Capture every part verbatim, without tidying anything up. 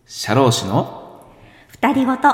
社労士の二人ごと。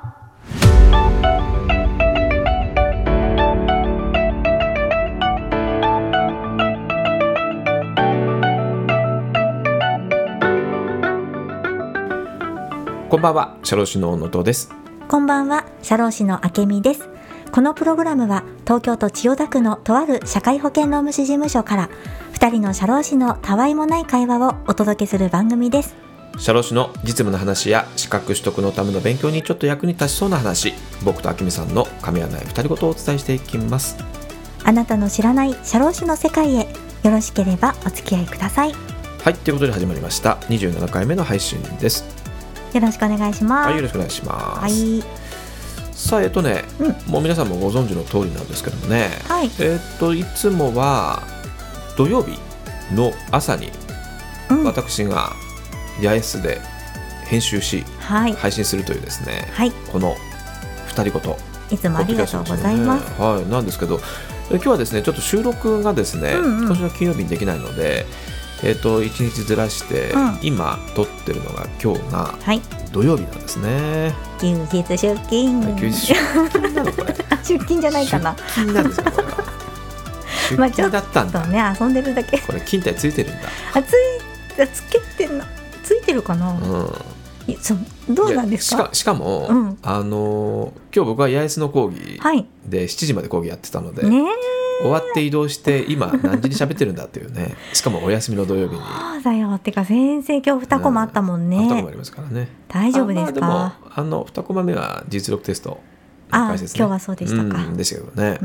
こんばんは、社労士の野戸です。 こんばんは、社労士の明美です。このプログラムは東京都千代田区のとある社会保険労務士事務所から二人の社労士のたわいもない会話をお届けする番組です。 社労士の実務の話や資格取得のための勉強にちょっと役に立ちそうな話、僕と明美さんの噛み合わない二人ごとをお伝えしていきます。 あなたの知らない社労士の世界へ、よろしければお付き合いください。 はい、ということで始まりましたにじゅうななかいめの配信です。 よろしくお願いします。 はい、よろしくお願いします。 はい、 さあ、えっとね、 うん、 もう皆さんもご存知の通りなんですけどもね、 はい、 えっといつもは土曜日の朝にうん、 私がヤエスで編集し、 はい、 配信するというですね、 はい、 この二人ごといつもありがとうございます。 はい、なんですけど、え今日はですねちょっと収録がですね、 うんうん、 今週の金曜日にできないので、えー、といちにちずらして、 うん、 今撮ってるのが今日がはい、 土曜日なんですね。 休日出勤、 はい、休日出勤なのこれ出勤じゃないかな。 出勤なんですよこれは出まあちょっと勤だったんだ、 ね、遊んでるだけ。 これ勤怠ついてるんだ。 あ、ついつけてんな、ついてるかな、 うん、 いそうどうなんですか。 しか、しかも、 うん、 あの今日僕は八重洲の講義はいでしちじまで講義やってたので、 ね、 終わって移動して今何時に喋ってるんだっていうねしかもお休みの土曜日に。 そうだよ。てか先生今日にコマあったもんね。 にコマありますからね。 大丈夫ですか。 あ、まあ、でもあのにコマ目は実力テストあ、 解説ね。 今日はそうでしたか。 うん、でしたけどね。 うん、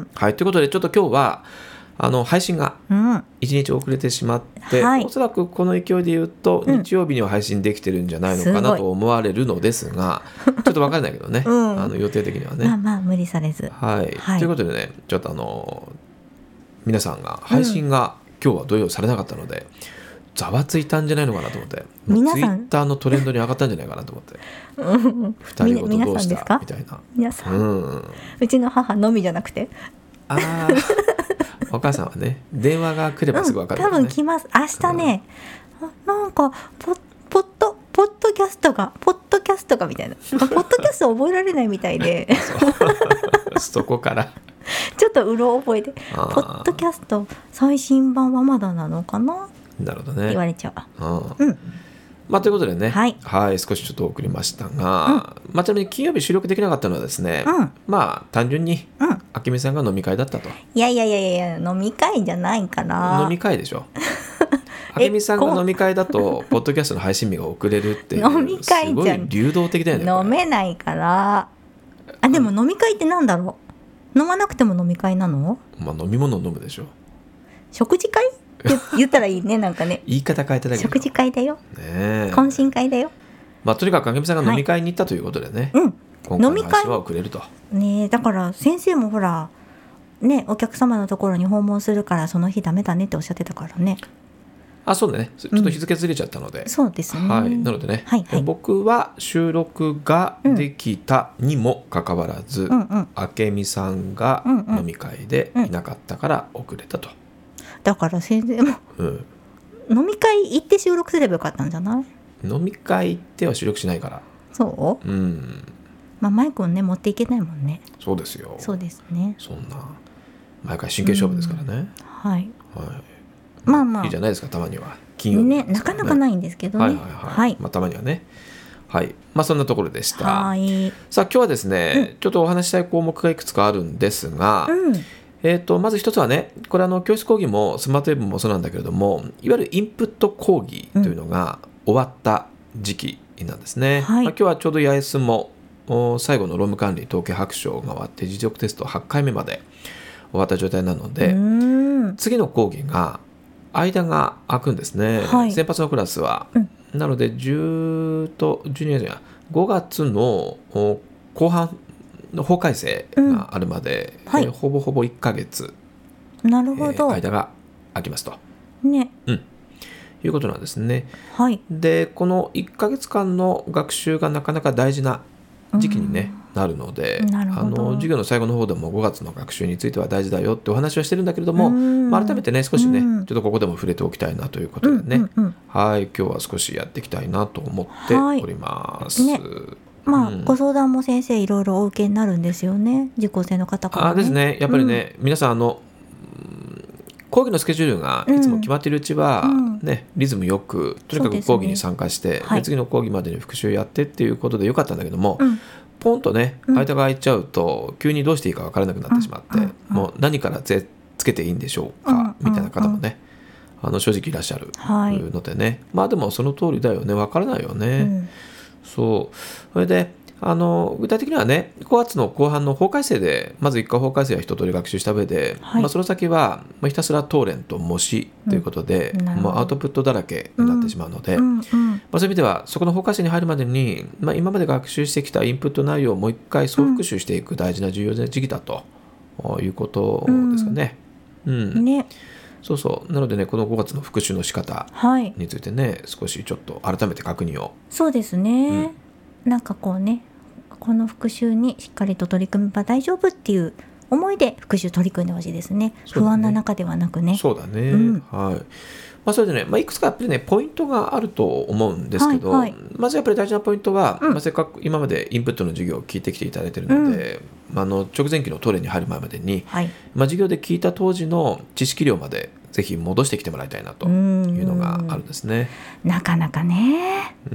はい、ということでちょっと今日はあの配信がうん、 いちにち遅れてしまって、 はい、 おそらくこの勢いで言うと、 うん、 日曜日には配信できてるんじゃないのかなと思われるのですが、ちょっと分からないけどね、うん、あの予定的にはね、 まあまあ無理されず、 はい、 はい、 ということでね、ちょっとあの皆さんが配信が今日は土曜されなかったので、うん、ざわついたんじゃないのかなと思って、 皆さんツイッターのトレンドに上がったんじゃないかなと思ってふたりごとどうしたみたいな。 皆さん、 うん、 うちの母のみじゃなくて、 あお母さんはね、電話が来ればすぐ分かる、ね、 うん、多分来ます。明日ね、うん、なんかポッポッドポッドキャストがポッドキャストがみたいな、ポッドキャスト覚えられないみたいでそこからちょっとうろ覚えで、ポッドキャスト最新版はまだなのかな、 なるほどね、 言われちゃう。 うん、 うん、 まあ、ということでね、 はい、 はい、少しちょっと遅れましたが、うん、まあ、ちなみに金曜日収録できなかったのはですね、 うん、 まあ単純に、 うん、 明美さんが飲み会だったと。 いやいやいやいや、飲み会じゃないかな。 飲み会でしょ明美さんが飲み会だとポッドキャストの配信日が遅れるっていう飲み会じゃん、 すごい流動的だよね。 飲めないから。あ、でも飲み会ってなんだろう、飲まなくても飲み会なの。 まあ飲み物飲むでしょ。 食事会って言ったらいいね、なんかね言い方変えただけ食事会だよ、 ね、 懇親会だよ。 まあ、とにかく明美さんが飲み会に行ったということでね、 はい、うん、 今回の配信は遅れると。 ね、だから先生もほらね、お客様のところに訪問するからその日ダメだねっておっしゃってたからね。 あ、そうだね、ちょっと日付ずれちゃったので、 うん、そうですね、 はい、なのでね、 はいはい、 僕は収録ができたにもかかわらず、 うんうん、 明美さんが飲み会でいなかったから遅れたと、 うん、だから先生も、うん、飲み会行って収録すればよかったんじゃない。 飲み会行っては収録しないから。 そう、 うん、 まあ、マイクをね持っていけないもんね。 そうですよ。 そうですね。 そんな毎回真剣勝負ですからね、うん、 はい、 はい、 まあまあいいじゃないですか、たまには金曜日ね, ねなかなかないんですけどね、 はいはいはい、はい、まあ、たまにはね、はい、まあ、そんなところでした。 はい、 さあ今日はですね、うん、ちょっとお話したい項目がいくつかあるんですが、うん、えー、とまず一つはね、これあの教室講義もスマートウェブもそうなんだけれども、いわゆるインプット講義というのが終わった時期なんですね、うん、まあ、今日はちょうど八重洲も最後の労務管理統計白書が終わって実力テストはちかいめまで終わった状態なので、次の講義が間が空くんですね、はい、先発のクラスは、うん、なのでじゅうとじゅうにがつごがつの後半の法改正があるまで、うん、はい、ほぼほぼいっかげつ、 なるほど、 えー、間が空きますと、 ね、 うん、いうことなんですね、 はい、 でこのいっかげつかんの学習がなかなか大事な時期に、ね、 なるので、 なるほど。 あの授業の最後の方でもごがつの学習については大事だよってお話はしてるんだけれども、まあ、改めてね少しね、ちょっとここでも触れておきたいなということでね、うんうんうん、はい今日は少しやっていきたいなと思っております、 はいね、まあ、うん、ご相談も先生いろいろお受けになるんですよね、受講生の方からね。 あですね、やっぱりね、うん、皆さんあの講義のスケジュールがいつも決まっているうちは、うんね、リズムよくとにかく講義に参加して、ねはい、次の講義までに復習やってっていうことでよかったんだけども、うん、ポンとね間が空いちゃうと急にどうしていいか分からなくなってしまって、うん、もう何からつけていいんでしょうか、うん、みたいな方もね、あの正直いらっしゃるのでね、はい、まあでもその通りだよね、分からないよね、うん、そうそれであの具体的にはねごがつの後半の法改正でまずいっかい法改正は一通り学習した上で、はいまあ、その先は、まあ、ひたすら答練と模試ということで、うん、もうアウトプットだらけになってしまうので、うんうんうんまあ、そういう意味ではそこの法改正に入るまでに、まあ、今まで学習してきたインプット内容をもう一回総復習していく大事な重要な時期だということですかね。うんうん、ねそうそうなのでねこのごがつの復習の仕方についてね、はい、少しちょっと改めて確認を。 そうですね、うん、なんかこうねこの復習にしっかりと取り組めば大丈夫っていう思いで復習取り組んでほしいですね。不安な中ではなくね。 そうだね、うん、はいまあ、それでね、まあ、いくつかやっぱりねポイントがあると思うんですけど、はいはい、まずやっぱり大事なポイントは、うんまあ、せっかく今までインプットの授業を聞いてきていただいているので、うんまあ、あの直前期の答練に入る前までに、はいまあ、授業で聞いた当時の知識量までぜひ戻してきてもらいたいなというのがあるんですね。 なかなかね、うん、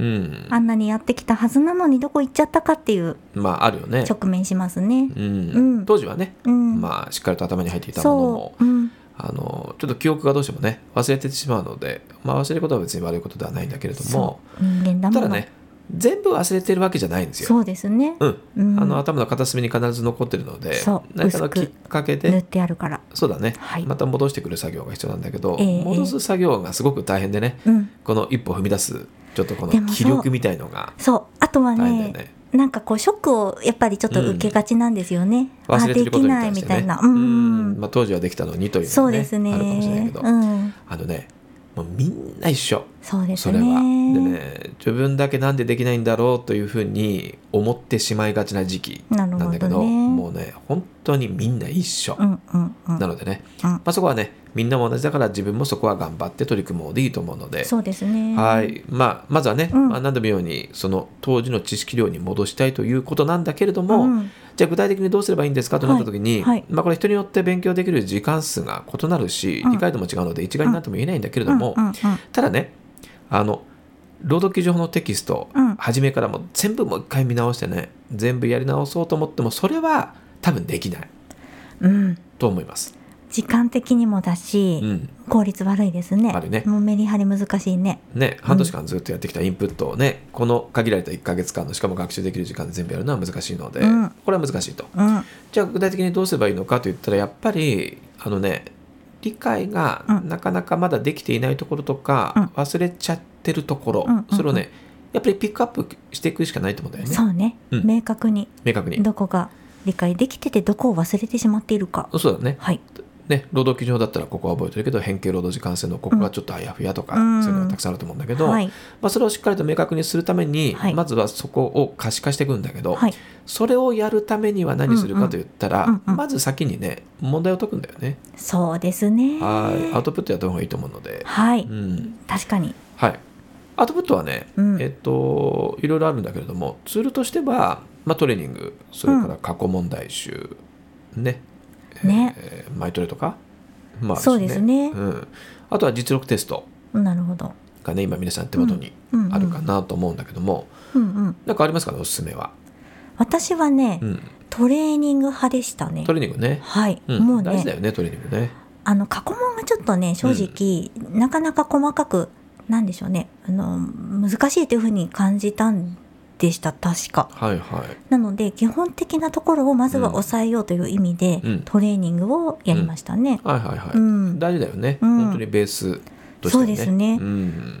あんなにやってきたはずなのにどこ行っちゃったかっていうまああるよね直面しますね、 うんうん、当時はね、うんまあ、しっかりと頭に入っていたものも、うん、あのちょっと記憶がどうしてもね忘れてしまうので、まあ、忘れることは別に悪いことではないんだけれども、人間だものただね全部忘れてるわけじゃないんですよ。 そうですね、 うんうん、あの頭の片隅に必ず残ってるので何かのきっかけで塗ってあるからそうだね、はい、また戻してくる作業が必要なんだけど、えー、戻す作業がすごく大変でね、うん、この一歩踏み出すちょっとこの気力みたいのがそうあとは ね, ねなんかこうショックをやっぱりちょっと受けがちなんですよね、 うん、忘れてることに対してねできないみたいな、うんうんまあ、当時はできたのにというのが、ね、そうですね、あるかもしれないけど、うん、あのねもうみんな一緒。 そうですね。 それはでね自分だけなんでできないんだろうというふうに思ってしまいがちな時期なんだけ ど, ど、ね、もうね本当にみんな一緒、うんうんうん、なのでね、うんまあ、そこはねみんなも同じだから自分もそこは頑張って取り組もうでいいと思うのでそうですね、 はいまあ、まずはね、うんまあ、何度も言うようにその当時の知識量に戻したいということなんだけれども、うん、じゃあ具体的にどうすればいいんですかとなった時に、はいはいまあ、これ人によって勉強できる時間数が異なるし、うん、理解度も違うので一概になっても言えないんだけれども、うんうんうんうん、ただねあの朗読記上のテキスト、うん、初めからもう全部もう一回見直してね全部やり直そうと思ってもそれは多分できない、うん、と思います。 時間的にもだし、うん、効率悪いですね。悪いね。もうメリハリ難しいね。 ね、半年間ずっとやってきたインプットをね、うん、この限られたいっかげつかんのしかも学習できる時間で全部やるのは難しいので、うん、これは難しいと、うん、じゃあ具体的にどうすればいいのかといったらやっぱりあのね理解がなかなかまだできていないところとか、うん、忘れちゃってるところ、うんうんうん、それをねやっぱりピックアップしていくしかないと思うんだよね。 そうね、うん、明確に明確にどこが理解できててどこを忘れてしまっているか。 そうだね、はいね、労働基準法だったらここは覚えてるけど変形労働時間制のここがちょっとあやふやとか、うん、そういうのがたくさんあると思うんだけど、はいまあ、それをしっかりと明確にするために、はい、まずはそこを可視化していくんだけど、はい、それをやるためには何するかといったら、うんうん、まず先にね問題を解くんだよね。 そうですね。 はいアウトプットやった方がいいと思うので、 はい、うん、確かに、 はい、アウトプットはね、うん、えっといろいろあるんだけれどもツールとしては、まあ、トレーニングそれから過去問題集、うん、ねね、えー、マイトレとかまあ、 そうですね、 うん、あとは実力テストなるほどがね今皆さん手元にあるかなと思うんだけども、うんうん、なんかありますかねおすすめは。 私はね、うん、トレーニング派でしたね。 トレーニングねはい、 うん、もうね大事だよねトレーニングね。 あの過去問がちょっとね正直、うん、なかなか細かくなんでしょうねあの難しいというふうに感じたんでした確か、はいはい、なので基本的なところをまずは抑えようという意味で、うん、トレーニングをやりましたね、 うん、はいはいはい、うん、大事だよね、うん、本当にベースとしてね。 そうですね、うん、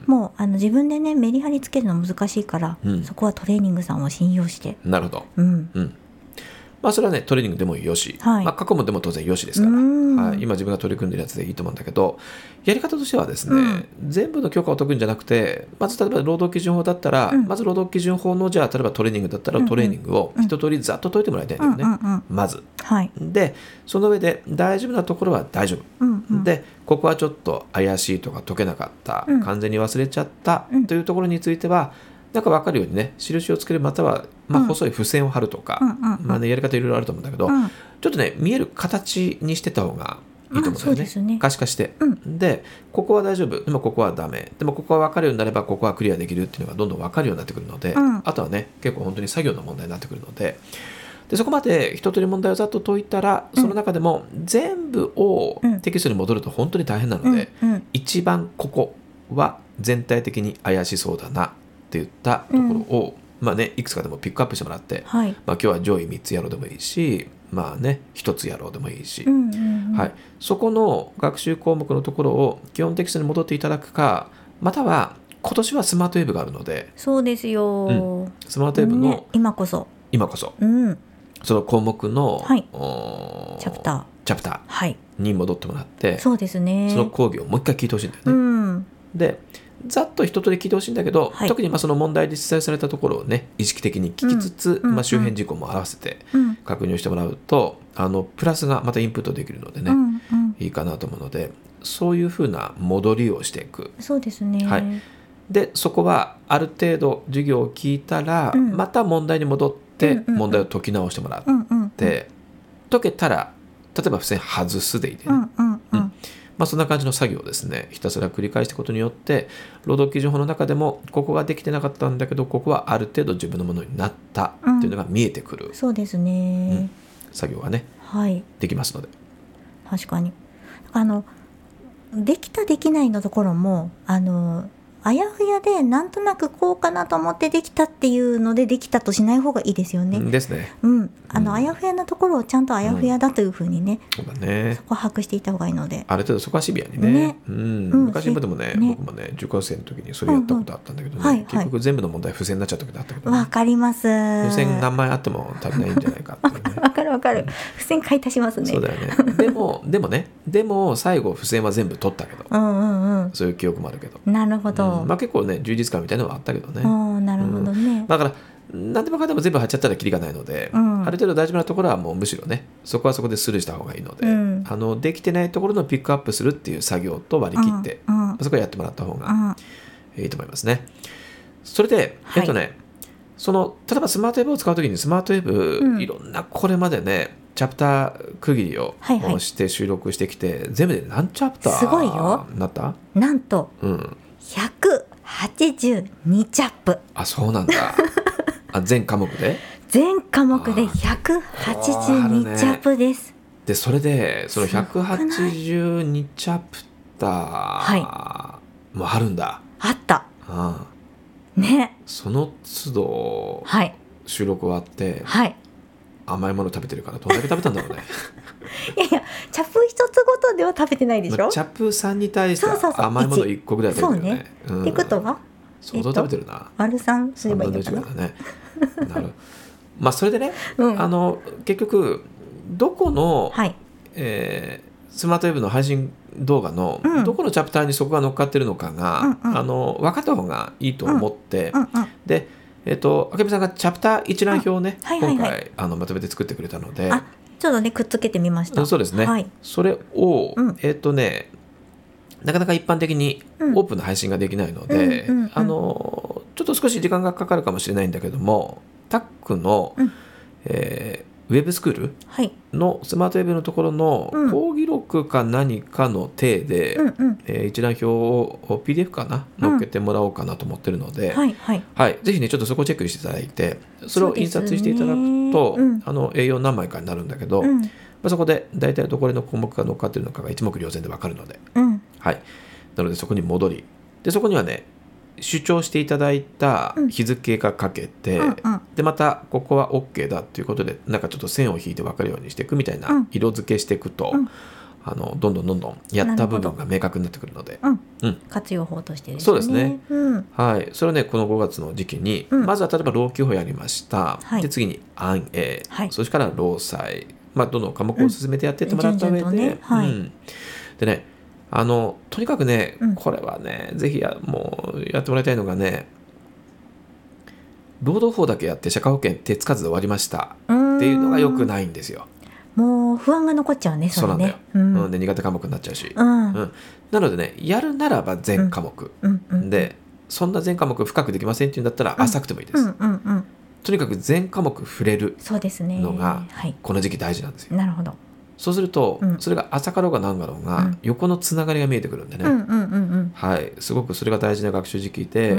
もうあの自分でねメリハリつけるの難しいから、うん、そこはトレーニングさんを信用して。 なるほど、うんうんまあ、それはねトレーニングでもよし、 はい、 まあ、過去問でも当然よしですから、はい、今自分が取り組んでるやつでいいと思うんだけど、やり方としてはですね、うん、全部の教科を解くんじゃなくて、まず例えば労働基準法だったら、うん、まず労働基準法のじゃあ例えばトレーニングだったらトレーニングを一通りざっと解いてもらいたいんだよね、うんうんうん、まず、はい、でその上で大丈夫なところは大丈夫、うんうん、でここはちょっと怪しいとか解けなかった、うん、完全に忘れちゃったというところについてはなんか分かるようにね印をつける、または、まあ、細い付箋を貼るとか、うんうんうんまあね、やり方いろいろあると思うんだけど、うん、ちょっとね見える形にしてた方がいいと思うんだよね、うん、そうですね、可視化して、うん、でここは大丈夫でもここはダメでもここは分かるようになればここはクリアできるっていうのがどんどん分かるようになってくるので、うん、あとはね結構本当に作業の問題になってくるのででそこまで一通り問題をざっと解いたら、うん、その中でも全部をテキストに戻ると本当に大変なので、うんうん、一番ここは全体的に怪しそうだなって言ったところを、うんまあね、いくつかでもピックアップしてもらって、はいまあ、今日は上位みっつやろうでもいいし、まあね、ひとつやろうでもいいし、うんうんうんはい、そこの学習項目のところを基本テキストに戻っていただくか、または今年はスマートウェブがあるのでそうですよ、うん、 スマートウェブの、ね、 今こそ今こそ、 うん、 その項目の、 はい、チャプターチャプターに戻ってもらって、はい、 そうですね、 その講義をもう一回聞いてほしいんだよね、うん、でざっと一通り聞いてほしいんだけど、はい、特にまあその問題で記載されたところをね意識的に聞きつつ、うんまあ、周辺事項も合わせて確認をしてもらうと、うん、あのプラスがまたインプットできるのでね、うんうん、いいかなと思うのでそういうふうな戻りをしていく。 そうですね、 はい、でそこはある程度授業を聞いたら、うん、また問題に戻って問題を解き直してもらって、うんうんうん、解けたら例えば付箋外すでいいでね、うんうんうんうんまあ、そんな感じの作業をですねひたすら繰り返したことによって労働基準法の中でもここができてなかったんだけどここはある程度自分のものになったっていうのが見えてくる、うん、 そうですね、うん、 作業がね、はい、できますので確かにあのできたできないのところもあのあやふやでなんとなくこうかなと思ってできたっていうのでできたとしない方がいいですよね。 ですね。 うん、あの、うん、あやふやなところをちゃんとあやふやだというふうにね、うん、そうだね。そこは把握していった方がいいので。 ある程度そこはシビアにね。ねうん、昔でもね、ね僕もね受講生の時にそれやったことあったんだけどね、うんうんはいはい、結局全部の問題付箋になっちゃった時あったけど、ね。わかります。 付箋何枚あっても足りないんじゃないかっていうね。 わかるわかる。付箋買い足しますね。 そうだよね。でもでもねでも最後付箋は全部取ったけど、うんうんうん、そういう記憶もあるけど。 なるほど。 うん、まあ結構ね。充実感みたいなのはあったけどね。 あなるほどね、 うん、だから何でもかんでも全部貼っちゃったらキリがないので、うん、ある程度大丈夫なところはもうむしろねそこはそこでスルーした方がいいので、うん、あのできてないところのピックアップするっていう作業と割り切って、うんうん、そこはやってもらった方がいいと思いますね。それで、はい、えっとねその例えばスマートウェブを使うときにスマートウェブ、うん、いろんなこれまでねチャプター区切りをして収録してきて、はいはい、全部で何チャプターすごいよなったなんと、うん、ひゃくはちじゅうにチャップ。 あそうなんだあ全科目で全科目でひゃくはちじゅうにチャップです、ね、 でそれでそのひゃくはちじゅうにチャプターもあるんだ、 はい、あったああねその都度、はい、収録終わって、はい、甘いもの食べてるからどんだけ食べたんだろうねいやいやチャップ一つごとでは食べてないでしょ、まあ、 チャップさんに対して甘いものいっこぐらい食べてるよね。 そうね、うん、ってことは相当食べてるな、えっと、 割るさんすればいいのかな。 だねなるまあそれでね、うん、あの結局どこの、はいえー、スマートウェブの配信動画の、うん、どこのチャプターにそこが乗っかってるのかが、うんうん、あの分かった方がいいと思って、うんうんうん、でえっと、あけみさんがチャプター一覧表をね、うんはいはいはい、今回あのまとめて作ってくれたのであちょっとねくっつけてみました。 そうですね、はい、それを、うん、えっとねなかなか一般的にオープンな配信ができないので、うんうんうん、あのちょっと少し時間がかかるかもしれないんだけどもタックの、うんえー、ウェブスクールのスマートウェブのところの講義録か何かの体で、うんうんえー、一覧表を ピーディーエフ かな載っけてもらおうかなと思ってるので、うんはいはいはい、ぜひねちょっとそこをチェックしていただいてそれを印刷していただくと、うん、あの エーよん 何枚かになるんだけど、うんまあ、そこで大体どこの項目が載っかってるのかが一目瞭然で分かるので、うんはい、なのでそこに戻りでそこにはね主張していただいた日付が書けて、うんうんうん、でまたここは OK だっていうことでなんかちょっと線を引いて分かるようにしていくみたいな色付けしていくと、うん、 あのどんどんどんどんやった部分が明確になってくるので、 うんうん、 活用法としてですね。 そうですね、 うん、 はい、それをねこのごがつの時期に、 うん、 まずは例えば労基法やりました、はい、で次に安永、はい、それから労災、まあ、どんどん科目を進めてやっていってもらった上で、うんねはいうん、でねあのとにかくね、うん、これはねぜひやもうやってもらいたいのがね、労働法だけやって社会保険手つかずで終わりましたっていうのが良くないんですよ。 もう不安が残っちゃうね。それね。そうなんだよ、 うんうん、で苦手科目になっちゃうし、 うんうん、なのでねやるならば全科目、うんうんうん、でそんな全科目深くできませんっていうんだったら浅くてもいいです、うんうんうんうん、とにかく全科目触れるのがこの時期大事なんですよ。 なるほど。 そうすると、うん、それが浅かろうが何だろうが、うん、横のつながりが見えてくるんでね、うんうんうんうん、はい、すごくそれが大事な学習時期で、うん、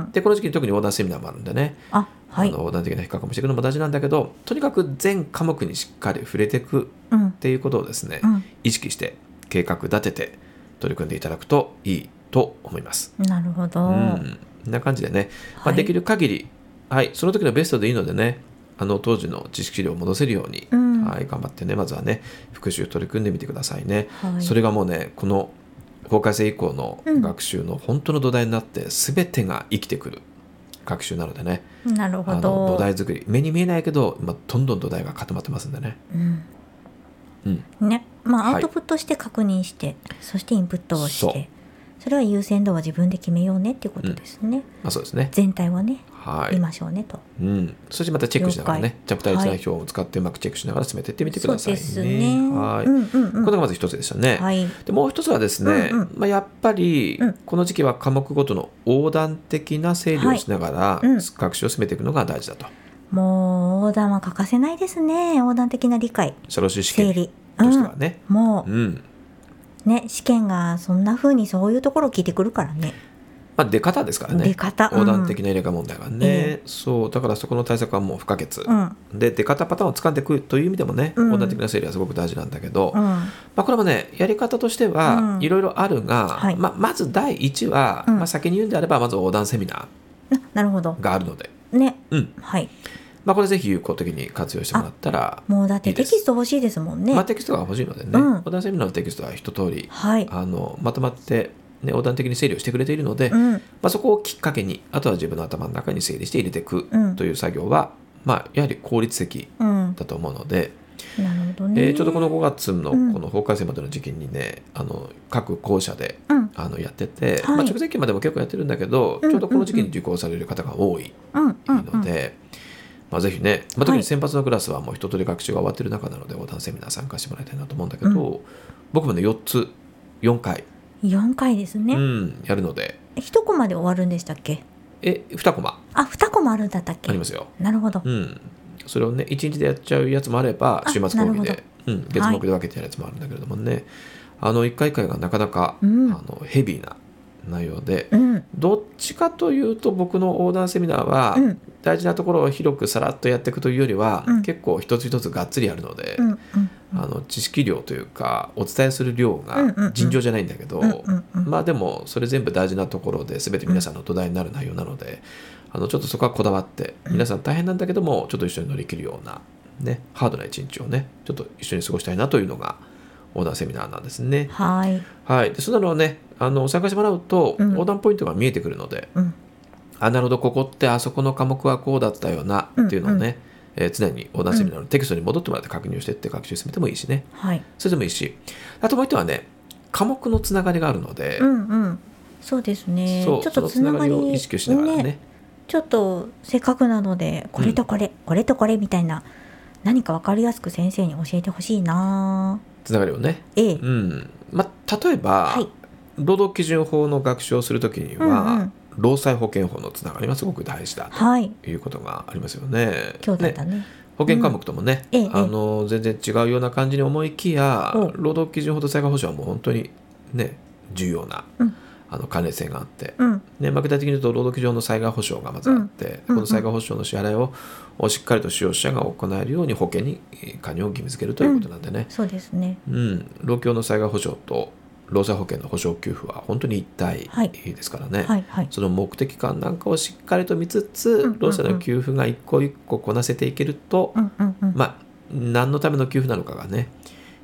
でこの時期に特に横断セミナーもあるんでね、あ、はい、あの横断的な比較もしていくのも大事なんだけど、とにかく全科目にしっかり触れていくっていうことをですね、うん、意識して計画立てて取り組んでいただくといいと思います。 なるほど、 うん、こんな感じでね、まあ、できる限り、はい、その時のベストでいいのでね、あの当時の知識量を戻せるように、うん、はい、頑張ってねまずはね復習取り組んでみてくださいね、はい、それがもうねこの法改正以降の学習の本当の土台になって、うん、全てが生きてくる学習なのでね、 なるほど、 あの土台作り目に見えないけど、まあ、どんどん土台が固まってますんでね、 うんうんねまあ、アウトプットして確認して、はい、そしてインプットをしてそれは優先度は自分で決めようねっていうことですね、うんまあ、そうですね全体はね、 はい、 見ましょうねと、 うん、そしてまたチェックしながらねチャプター一覧表を使ってうまくチェックしながら進めていってみてくださいね。 そうですね、 はい、うんうんうん、これがまず一つでしたね、はい、でもう一つはですね、うんうんまあ、やっぱりこの時期は科目ごとの横断的な整理をしながら、はいうん、学習を進めていくのが大事だと。 もう横断は欠かせないですね。横断的な理解社労士試験としてはね、 うん、もう、うんね、試験がそんな風にそういうところを聞いてくるからね、 まあ、出方ですからね出方、 横断的な入れ替問題がね、えー、そうだからそこの対策はもう不可欠、うん、で出方パターンを掴んでいくという意味でもね、うん、横断的な整理はすごく大事なんだけど、うんまあ、これもねやり方としてはいろいろあるが、うんはいまあ、まずだいいちは、うんまあ、先に言うんであればまず横断セミナーがあるのでね、 うんはいまあ、これぜひ有効的に活用してもらったらいいです。 もうだってテキスト欲しいですもんね。 まあ、テキストが欲しいのでね、うん、横断セミナーのテキストは一通り、はい、あのまとまって、ね、横断的に整理をしてくれているので、うんまあ、そこをきっかけにあとは自分の頭の中に整理して入れていくという作業は、うんまあ、やはり効率的だと思うので、 うんなるほどねえー、ちょうどこのごがつのこの法改正までの時期にね、うん、あの各校舎で、うん、あのやってて、はいまあ、直前期までも結構やってるんだけど、うん、ちょうどこの時期に受講される方が多いので、うんうんうんまあ、ぜひね、まあ、特に先発のクラスはもう一通り学習が終わってる中なので横断セミナー参加してもらいたいなと思うんだけど、うん、僕もねよっつよんかいよんかいですね、 うん、やるのでいちコマで終わるんでしたっけ。 えにコマあにコマあるんだったっけ。 ありますよ。 なるほど、 うん、それをねいちにちでやっちゃうやつもあれば週末講義で、うん、月目で分けてやるやつもあるんだけれどもね、はい、あのいっかいいっかいがなかなか、うん、あのヘビーな内容で、うん、どっちかというと僕の横断セミナーは、うん大事なところを広くさらっとやっていくというよりは、うん、結構一つ一つがっつりやるので、うんうんうん、あの知識量というかお伝えする量が尋常じゃないんだけど、うんうんうん、まあでもそれ全部大事なところで全て皆さんの土台になる内容なので、あのちょっとそこはこだわって皆さん大変なんだけどもちょっと一緒に乗り切るような、ね、ハードな一日をねちょっと一緒に過ごしたいなというのが横断セミナーなんですね。 はい、 はい、でそんなのをねあの参加してもらうと、うん、横断ポイントが見えてくるので、うんあなるほどここってあそこの科目はこうだったよなっていうのをね、うんうんえー、常に横断セミナーのテキストに戻ってもらって確認をしていって学習進めてもいいしね、はい、それでもいいし、あともう一点はね科目のつながりがあるので、 うんうん、そうですねそうちょっとつながりを意識しながらね、ねちょっとせっかくなのでこれとこれ、うん、これとこれみたいな何か分かりやすく先生に教えてほしいな。 つながりをね、 ええうんまあ、例えば、はい、労働基準法の学習をするときには、うんうん労災保険法のつながりがすごく大事だということがありますよね。はい、 今日だったね。 ね保険科目ともね、うん、あの全然違うような感じに思いきや、労働基準法と災害保障はもう本当にね重要な、うん、あの関連性があって、うんねまあ、具体的に言うと労働基準の災害保障がまずあって、うん、この災害保障の支払いをしっかりと使用者が行えるように保険に加入を義務付けるということなんでね、 うん、そうですね、 うん、労協の災害保障と労災保険の保障給付は本当に一体ですからね、はいはいはい、その目的感なんかをしっかりと見つつ、うんうんうん、労災の給付が一個一個こなせていけると、うんうんうん、まあ何のための給付なのかがね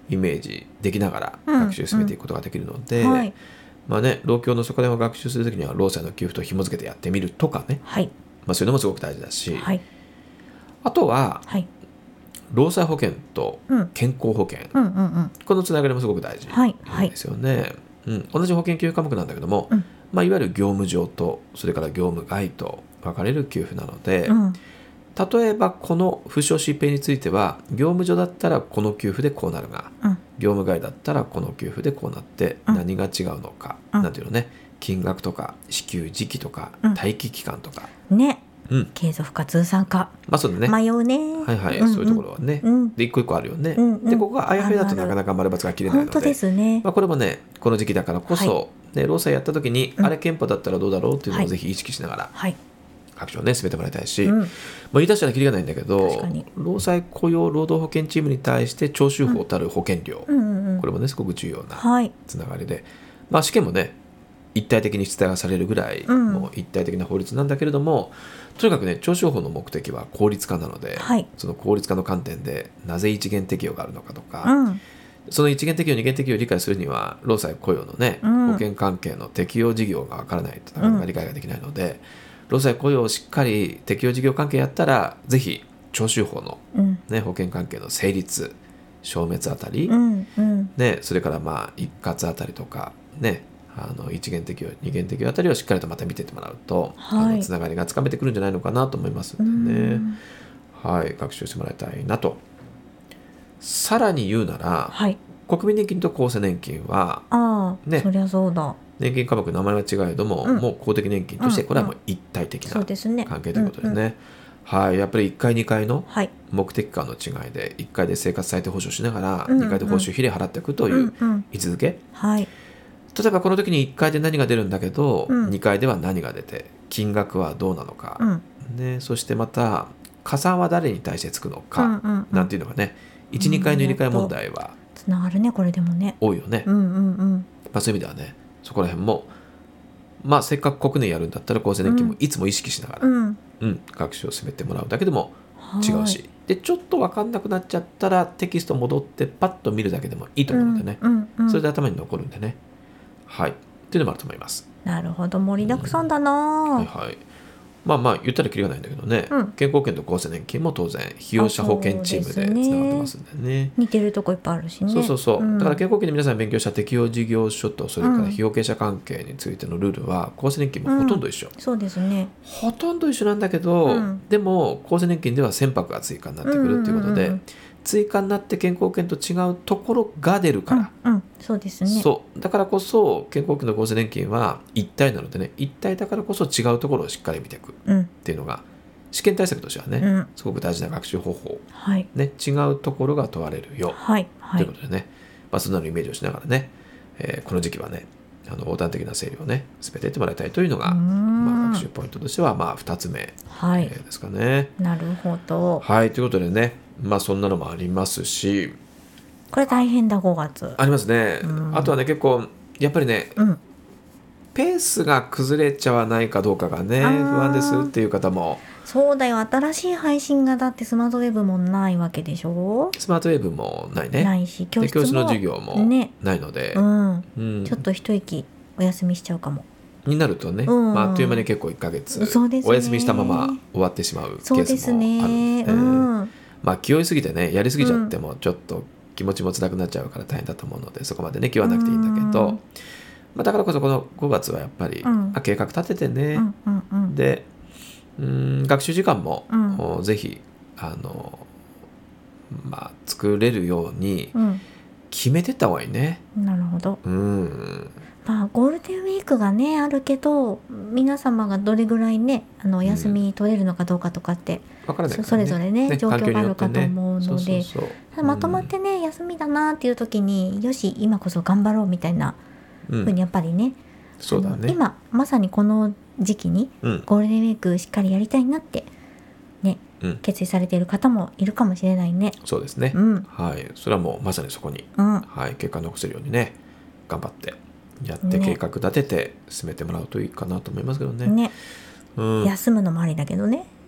イメージできながら学習を進めていくことができるので、 うんはいまあね、労協のそこら辺を学習するときには労災の給付と紐付けてやってみるとかね、 はいまあ、そういうのもすごく大事だし、 はい、 あとははい、 労災保険と健康保険、 うんうんうん、 このつながりもすごく大事ですよね、はいはいうん、同じ保険給付科目なんだけども、うんまあ、いわゆる業務上とそれから業務外と分かれる給付なので、うん、例えばこの不償疾病については業務上だったらこの給付でこうなるが、うん、業務外だったらこの給付でこうなって何が違うのか、うん、なんていうのね、金額とか支給時期とか、うん、待機期間とかね、 うん、 継続か通算か、 まあそうだね、 迷うね、 はいはい、うんうん、そういうところはね、うん、で一個一個あるよね、うんうん、でここがあやふやだとなかなか丸×が切れないので、 本当ですね、 まあ、これもねこの時期だからこそ、はいね、労災やった時に、うん、あれ憲法だったらどうだろうっていうのをぜひ意識しながら、はい、学習をね進めてもらいたいし、うんまあ、言い出したらきりがないんだけど、労災雇用労働保険チームに対して徴収法たる保険料、うんうんうん、これもねすごく重要なつながりで、はいまあ、試験もね一体的に出題がされるぐらい、うん、もう一体的な法律なんだけれども、とにかくね徴収法の目的は効率化なので、はい、その効率化の観点でなぜ一元適用があるのかとか、うん、その一元適用二元適用を理解するには労災雇用のね、うん、保険関係の適用事業がわからないとなかなか理解ができないので、うん、労災雇用をしっかり適用事業関係やったらぜひ徴収法の、ね、保険関係の成立消滅あたり、うんうんね、それからまあ一括あたりとかねあの一元適用二元適用あたりをしっかりとまた見てってもらうと、はい、あのつながりがつかめてくるんじゃないのかなと思いますのでね、はい、学習してもらいたいなと。さらに言うなら、はい、国民年金と厚生年金はあ、ね、そりゃそうだ、 年金科目名前は違えども、うん、もう公的年金としてこれはもう一体的な関係ということでね、はい、やっぱりいっかいにかいの目的間の違いでいっかいで生活再定保障しながらにかいで報酬比例払っていくという位置づけ、うんうんはい、例えばこの時にいっかいで何が出るんだけど、うん、にかいでは何が出て金額はどうなのか、うんね、そしてまた加算は誰に対してつくのか、うんうんうん、なんていうのがね いち,に 回の入れ替え問題はつながるねこれでもね多いよね、うんうんうんまあ、そういう意味ではねそこら辺も、まあ、せっかく国年やるんだったら厚生年金もいつも意識しながら、うんうん、学習を進めてもらうだけでも違うし、でちょっと分かんなくなっちゃったらテキスト戻ってパッと見るだけでもいいと思うのでね、うんうんうん、それで頭に残るんでね、はいっていうのもあると思います。 なるほど盛りだくさんだな、うんはいはい、 まあまあ言ったらきりがないんだけどね、うん、健康保険と厚生年金も当然被用者保険チームでつながってますんで ね, でね似てるとこいっぱいあるしねそうそうそう、うん、だから健康保険で皆さん勉強した適用事業所とそれから被用経営者関係についてのルールは厚生年金もほとんど一緒、 うん、そうですねほとんど一緒なんだけど、うん、でも厚生年金では船舶が追加になってくるっていうことで、うんうんうん追加になって健康保険と違うところが出るから、 うんうん、そうですねそうだからこそ健康保険と厚生年金は一体なのでね一体だからこそ違うところをしっかり見ていくっていうのが、うん、試験対策としてはね、うん、すごく大事な学習方法、はいね、違うところが問われるよ、はいはい、ということでね、まあ、そんなのイメージをしながらね、えー、この時期はねあの横断的な整理をね進めていってもらいたいというのが、まあ、学習ポイントとしてはまあふたつめ、はいえー、ですかね。 なるほど。 はいということでねまあそんなのもありますしこれ大変だごがつありますね。あとはね結構やっぱりね、うん、ペースが崩れちゃわないかどうかがね不安ですっていう方もそうだよ新しい配信がだってスマートウェブもないわけでしょスマートウェブもないねないし教室も教室の授業もないので、ねうんうん、ちょっと一息お休みしちゃうかもになるとね、うんまあ、あっという間に結構いっかげつ、ね、お休みしたまま終わってしまうケースもあるんですね、うんまあ、気負いすぎてねやりすぎちゃってもちょっと気持ちも辛くなっちゃうから大変だと思うのでそこまでね気はなくていいんだけど、まあ、だからこそこのごがつはやっぱり、うんまあ、計画立ててね、うんうんうん、でうん学習時間も、うん、ぜひあの、まあ、作れるように決めてった方がいいね、 うん、なるほど、 うんまあ、ゴールデンウィークがねあるけど皆様がどれぐらいねあのお休み取れるのかどうかとかって、 うんからないからね、 それぞれ ね, ね状況があるかと思うのでまとまってね、うん、休みだなっていう時によし今こそ頑張ろうみたいなふうにやっぱりね、うん、 そうだね今まさにこの時期にゴールデンウィークしっかりやりたいなってね、うん、決意されている方もいるかもしれないね。 そうですね、うん、はいそれはもうまさにそこに、うんはい、結果を残せるようにね頑張ってやって計画立てて進めてもらうといいかなと思いますけどね。ね、 うん、休むのもありだけどね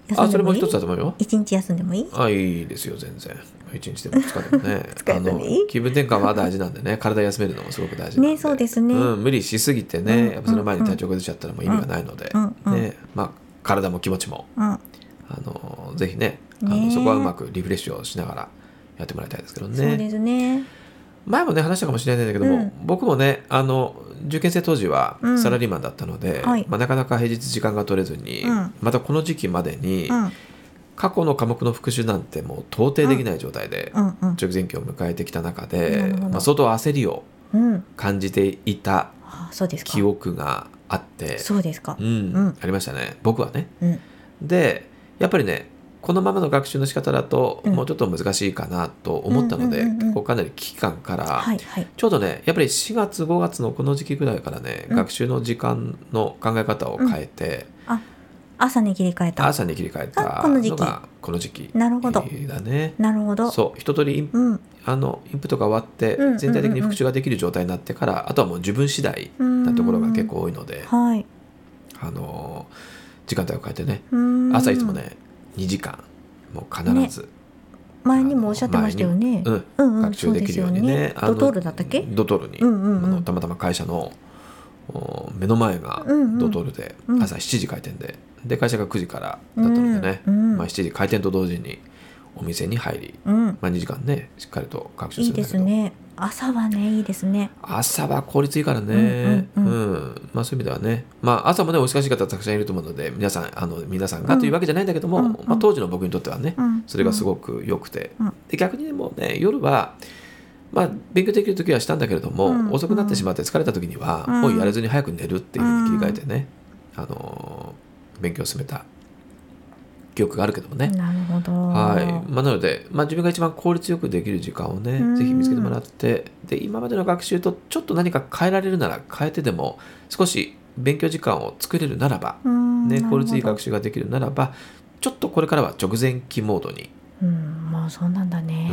あ、それも一つだと思うよ。 一日休んでもいい？ あ、いいですよ全然。一日でも二日でもね疲れたね。 気分転換は大事なんでね、体休めるのもすごく大事なんでね、そうですね、 うん、無理しすぎてね、 うん、 やっぱその前に体調崩しちゃったらもう意味がないので、 うんうん、 ね、まあ、体も気持ちも、 うん、 あのぜひね、あのね、 そこはうまくリフレッシュをしながらやってもらいたいですけどね。 そうですね。 前もね話したかもしれないんだけども、うん、僕もねあの受験生当時はサラリーマンだったので、うんはい、まあ、なかなか平日時間が取れずに、うん、またこの時期までに、うん、過去の科目の復習なんてもう到底できない状態で直前期を迎えてきた中で、まあ、相当焦りを感じていた記憶があって、 そうですか、 うん、ありましたね僕はね、でやっぱりねこのままの学習の仕方だともうちょっと難しいかなと思ったので、結構かなり危機感から、はいはい、ちょうどねやっぱりしがつごがつのこの時期ぐらいからね、うん、学習の時間の考え方を変えて、 うん、あ朝に切り替えた朝に切り替えたのがこの時期なるほどだね。 なるほど。 そう一通りイン、うん、あのインプットが終わって全体的に復習ができる状態になってから、うんうんうん、あとはもう自分次第なところが結構多いので、 はい、 あの時間帯を変えてね、朝いつもねにじかんもう必ず、 ね、前にもおっしゃってましたよね、 うんうんうん、学習できるように ね, ねドトールだったっけドトールに、うんうんうん、あのたまたま会社の目の前がドトールで、うんうん、朝しちじ開店で、で会社がくじからだったのでね、うんうんまあ、しちじ開店と同時にお店に入り、うんまあ、にじかんねしっかりと学習するんだけど、 いいですね朝はねいいですね。 朝は効率いいからね、うんうんうんうんまあ、そういう意味ではね、まあ、朝もねお忙しい方たくさんいると思うので皆さんあの皆さんがというわけじゃないんだけども、うんうんまあ、当時の僕にとってはね、うん、それがすごく良くて、うん、で逆にでもね夜は、まあ、勉強できる時はしたんだけれども、うん、遅くなってしまって疲れた時には、うん、もうやれずに早く寝るっていうふうに切り替えてね、うん、あの勉強を進めた記憶があるけどもね。 なるほど、 はいまあ、なので、まあ、自分が一番効率よくできる時間をねぜひ見つけてもらって、で今までの学習とちょっと何か変えられるなら変えてでも少し勉強時間を作れるならば、ね、効率いい学習ができるならばちょっとこれからは直前期モードに、 うん、まあそうなんだね、 うん、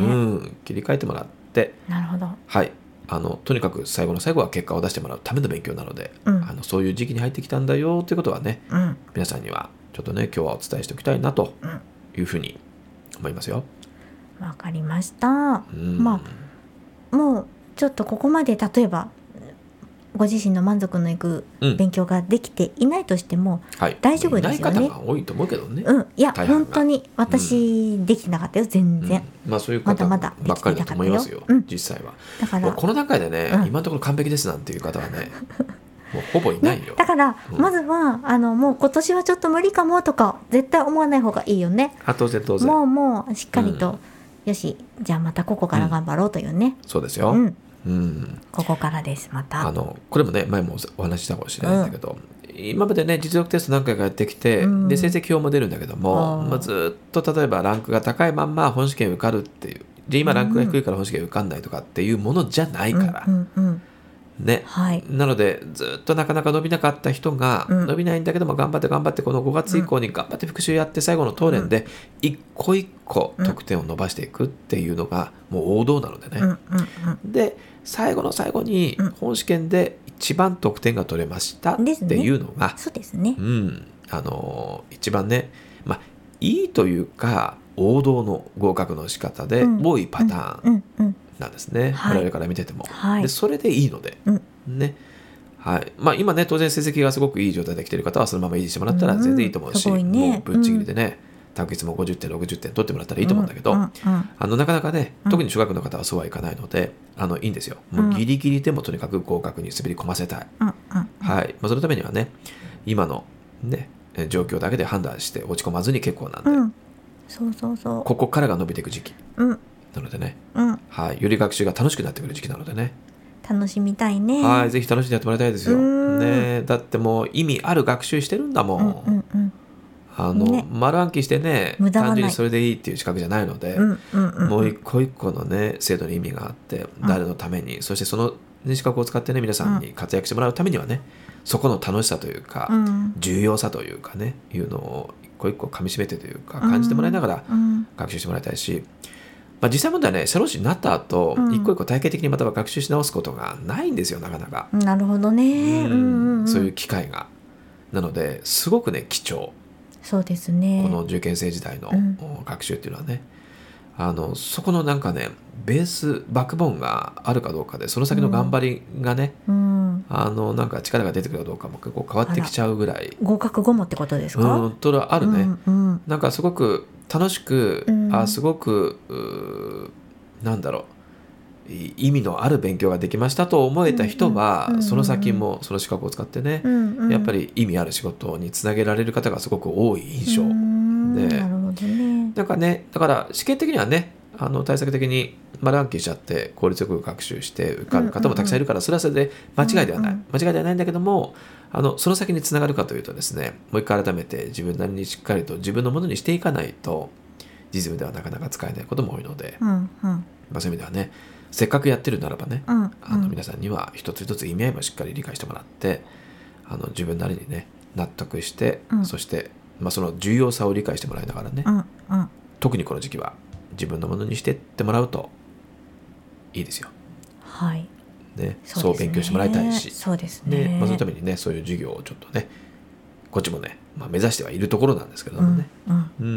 切り替えてもらって、 なるほど、 はい、あのとにかく最後の最後は結果を出してもらうための勉強なので、うん、あのそういう時期に入ってきたんだよということはね、うん、皆さんにはちょっとね今日はお伝えしておきたいなというふうに思いますよ。 わかりました、うん、まあもうちょっとここまで例えばご自身の満足のいく勉強ができていないとしても大丈夫ですよね、 うんはい、いない方が多いと思うけどね、 うん、いや本当に私、うん、できてなかったよ全然、 うんまあ、そういう方ばっかりだと思いますよ、うん、実際はだからこの段階でね、うん、今のところ完璧ですなんていう方はねもうほぼいないよ、 ね、だから、うん、まずはあのもう今年はちょっと無理かもとか絶対思わない方がいいよね。 あ当然当然もうもうしっかりと、うん、よしじゃあまたここから頑張ろうというね、 うん、そうですよ、うんうん、 ここからですまたあのこれもね前もお話ししたかもしれないんだけど、うん、今までね実力テスト何回かやってきて、うん、で成績表も出るんだけども、まあ、ずっと例えばランクが高いまんま本試験受かるっていうで今ランクが低いから本試験受かんないとかっていうものじゃないから、うんうんうんねはい、なのでずっとなかなか伸びなかった人が、うん、伸びないんだけども頑張って頑張ってこのごがつ以降に頑張って復習やって最後の答練で一個一個得点を伸ばしていくっていうのがもう王道なのでね、うんうんうん、で最後の最後に本試験で一番得点が取れましたっていうのが、 そうですね、 うん、あの一番ね、まあ、いいというか王道の合格の仕方で多いパターン、うんうんうんうんなんですね、はい、我々から見てても、はい、でそれでいいので、うんねはいまあ、今ね当然成績がすごくいい状態で来ている方はそのまま維持してもらったら全然いいと思うし、うんね、もうぶっちぎりでね、うん、単決もごじゅってんろくじゅってん取ってもらったらいいと思うんだけど、うんうんうん、あのなかなかね特に小学の方はそうはいかないのであのいいんですよ。もうギリギリでもとにかく合格に滑り込ませたい、うんうんはいまあ、そのためにはね今の、ね、状況だけで判断して落ち込まずに結構なんで、うん、 そうそうそうここからが伸びていく時期、うんなのでね、うんはい、より学習が楽しくなってくる時期なのでね楽しみたいね。 はいぜひ楽しんでやってもらいたいですよ、ね、だってもう意味ある学習してるんだもん、うんうんうん、あの、ね、丸暗記してね単純にそれでいいっていう資格じゃないので、うんうんうん、もう一個一個のね制度に意味があって誰のために、うん、そしてその資格を使ってね皆さんに活躍してもらうためにはねそこの楽しさというか、うん、重要さというかねいうのを一個一個噛み締めてというか感じてもらいながら学習してもらいたいし、まあ、実際問題はね社労士になった後、うん、一個一個体系的にまたは学習し直すことがないんですよなかなか。 なるほどね、うんうんうん、 そういう機会がなのですごくね貴重そうですね。 この受験生時代のうん学習っていうのはね、あのそこのなんかねベースバックボーンがあるかどうかでその先の頑張りがね、 うん、 あのなんか力が出てくるかどうかも結構変わってきちゃうぐらい合格後もってことですか？ うんとあるね、 うんうん、 なんかすごく楽しく、 うん、 あすごくうなんだろう意味のある勉強ができましたと思えた人は、うんうん、その先もその資格を使ってね、うんうん、やっぱり意味ある仕事につなげられる方がすごく多い印象、 で、なるほどね。 なんかね、だから試験的にはねあの対策的に丸暗記しちゃって効率よく学習して受かる方もたくさんいるから、それはそれで間違いではない、うんうん、間違いではないんだけども、あのその先につながるかというとですね、もう一回改めて自分なりにしっかりと自分のものにしていかないと実務ではなかなか使えないことも多いので、うんうん、まあ、そういう意味ではね、せっかくやってるならばね、うんうん、あの皆さんには一つ一つ意味合いもしっかり理解してもらって、あの自分なりにね納得して、うん、そして、まあ、その重要さを理解してもらいながらね、うんうん、特にこの時期は自分のものにしてってもらうといいですよ。 はい。 ね、そう勉強してもらいたいし、 そうですね。 で、まあ、そのためにねそういう授業をちょっとねこっちもね、まあ、目指してはいるところなんですけれどもね、うん、うん、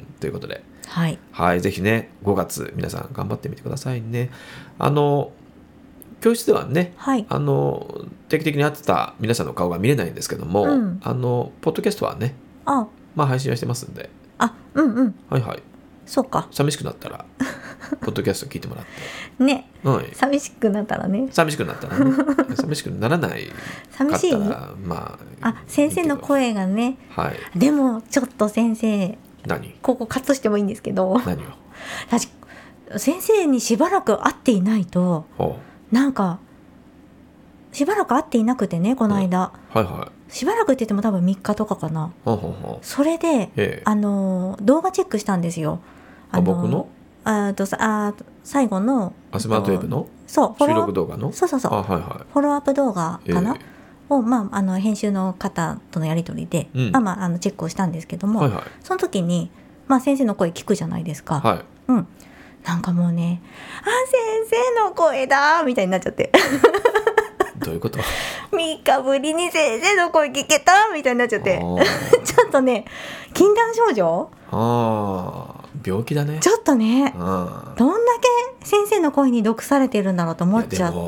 ということで、 はい、 はい、ぜひねごがつ皆さん頑張ってみてくださいね。あの教室ではね、はい、あの定期的に会ってた皆さんの顔が見れないんですけども、うん、あのポッドキャストはね、あ、まあ、配信はしてますんで、 あ、うんうん、 はいはい、 そうか、 寂しくなったらポッドキャスト聞いてもらってね、 はい、 寂しくなったらね寂しくなったらね寂しくならないかったら、 寂しい、 まあ、 あ、先生の声がね、 はい、 でもちょっと先生、 何ここカットしてもいいんですけど、 何を私先生にしばらく会っていないと、なんかしばらく会っていなくてね、この間、うん、はいはい、しばらくって言っても多分みっかとかかな、ははは、それであの動画チェックしたんですよ。あの僕のあとあ最後のスマートウェブのそう収録動画のそうそうそう、 あ、はいはい、 フォローアップ動画かな、えー、を、まあ、あの編集の方とのやり取りで、うん、あまあ、あのチェックをしたんですけども、はいはい、その時に、まあ、先生の声聞くじゃないですか、はい、うん、なんかもうね、あ、先生の声だみたいになっちゃってどういうことみっかぶりに先生の声聞けたみたいになっちゃってちょっとね、禁断症状、 ああ、病気だね。 ちょっとね、どんだけ先生の声に毒されてるんだろうと思っちゃった。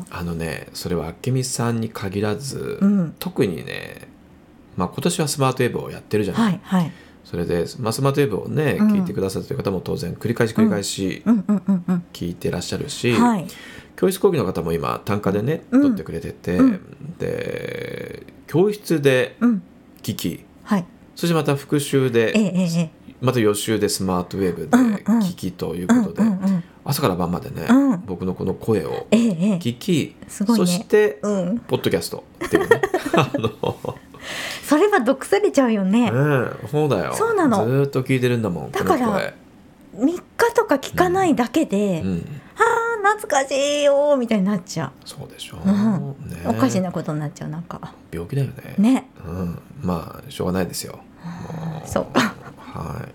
あのね、それは明美さんに限らず、うん、特にね、まあ、今年はスマートウェブをやってるじゃない、はいはい、それで、まあ、スマートウェブをね、うん、聞いてくださっている方も当然繰り返し繰り返し聞いてらっしゃるし、うんうんうんうん、教室講義の方も今単価でね、うん、取ってくれてて、うん、で教室で聞き、うん、はい、そしてまた復習で、ええええ、また予習でスマートウェブで聞きということで、うんうんうん、朝から晩までね、うん、僕のこの声を聞き、ええ、ね、そして、うん、ポッドキャストっていうねあのそれは毒されちゃうよね。 ねえ、そうだよ。そうなの。ずっと聞いてるんだもん。 だからみっかとか聞かないだけで、うんうん、あー懐かしいよみたいになっちゃう。 そうでしょ、 うんね、おかしなことになっちゃう。なんか病気だよね。 ね、 うん、まあしょうがないですよ。 そうか、 はい、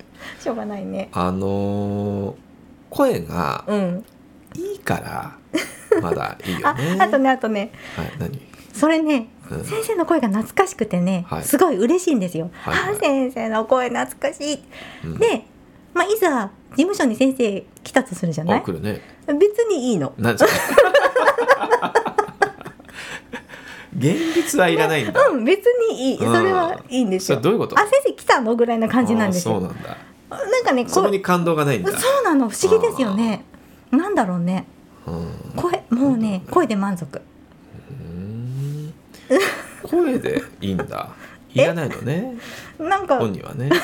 しょうがないね。 あのー、声がいいからまだいいよね。 あ, あとねあとね、 はい、何それね、うん、先生の声が懐かしくてね、はい、すごい嬉しいんですよ、はいはい、あ、先生の声懐かしい、うん、で、まあ、いざ事務所に先生来たとするじゃない。 来るね。 別にいいの。 何それ現実はいらないんだ。 うん、別にいい、それはいいんですよ。 それどういうこと？ あ、先生来たのぐらいな感じなんですよ。 そうなんだ。 なんかね、 そこに感動がないんだ。 そうなの、不思議ですよね。なんだろうね、声、もうね、声で満足。 声でいいんだ。いらないのね。なんか本人はね。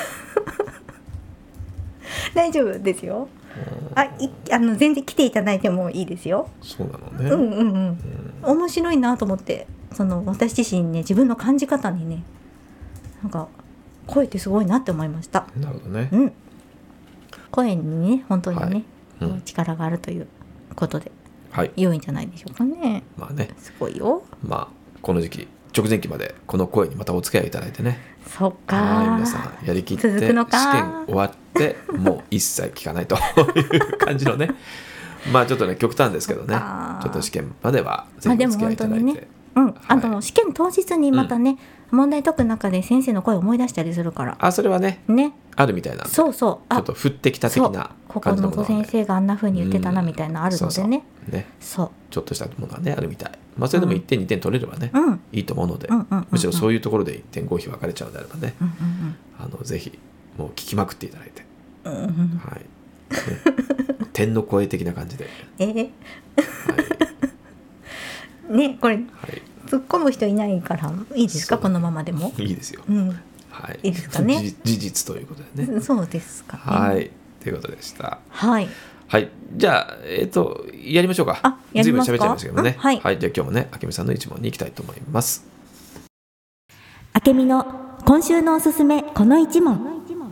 大丈夫ですよ。あ、いあの全然来ていただいてもいいですよ。 そうなのね。 うんうんうん。面白いなと思って、その私自身ね、自分の感じ方にね、なんか声ってすごいなって思いました。 なるほどね。 うん。声にね、本当にね、はい、うん、力があるということで、はい、良いんじゃないでしょうかね。 まあね。 すごいよ。 まあこの時期直前期までこの声にまたお付き合いいただいてね。 そっか。 皆さんやりきって試験終わってもう一切聞かないという感じのね。まあちょっとね極端ですけどね。ちょっと試験まではぜひお付き合いいただいて。 まあでも本当にね、うん、はい、あの試験当日にまたね、 問題解く中で先生の声を思い出したりするからあそれはねねあるみたいなんでそうそうちょっと降ってきた的なここの先生があんな風に言ってたなみたいなあるのでね、 そうそうねそうちょっとしたものがねあるみたい、まあ、それでもいってん、うん、にてん取れればね、うん、いいと思うので、うんうんうんうん、むしろそういうところでいってんごひ分かれちゃうのであればね、うんうんうん、あのぜひもう聞きまくっていただいて、うんうんはいね、天の声的な感じでえーはい、ねこれ、はい、突っ込む人いないからいいですかこのままでもいいですよ、 うんはい、 いいですかね事実ということでねそうですか、ね、 はいということでしたはいはい、じゃあ、えーと、やりましょうか。 あ、やりますか。 ずいぶん喋っちゃいましたけどね、 うん、はい、 はい、じゃあ今日もね、あけみさんの一問に行きたいと思います。 あけみの今週のおすすめこの一問。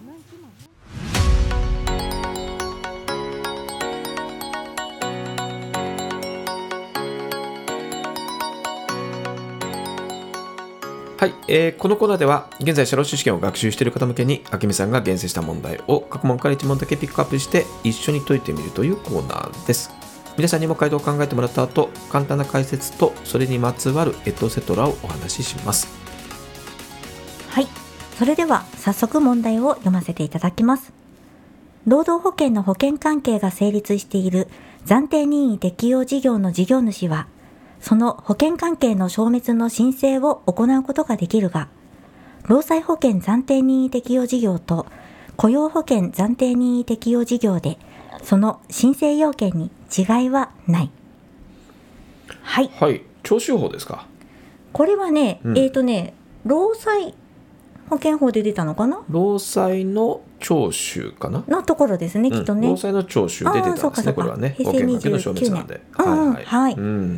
はい、えー、このコーナーでは現在社労士試験を学習している方向けにあけみさんが厳選した問題を各問からいち問だけピックアップして一緒に解いてみるというコーナーです。皆さんにも回答を考えてもらった後、簡単な解説とそれにまつわるエトセトラをお話しします。 はい、それでは早速問題を読ませていただきます。労働保険の保険関係が成立している暫定任意適用事業の事業主はその保険関係の消滅の申請を行うことができるが、労災保険暫定任意適用事業と雇用保険暫定任意適用事業で、その申請要件に違いはない。はい。 はい。徴収法ですか。 これはね、うん、えっとね、労災保険法で出たのかな。 労災の徴収かなのところですね、きっとね。 労災の徴収で出てたんですね、これはね。 平成にじゅうきゅうねん。はいはい。はい、うん、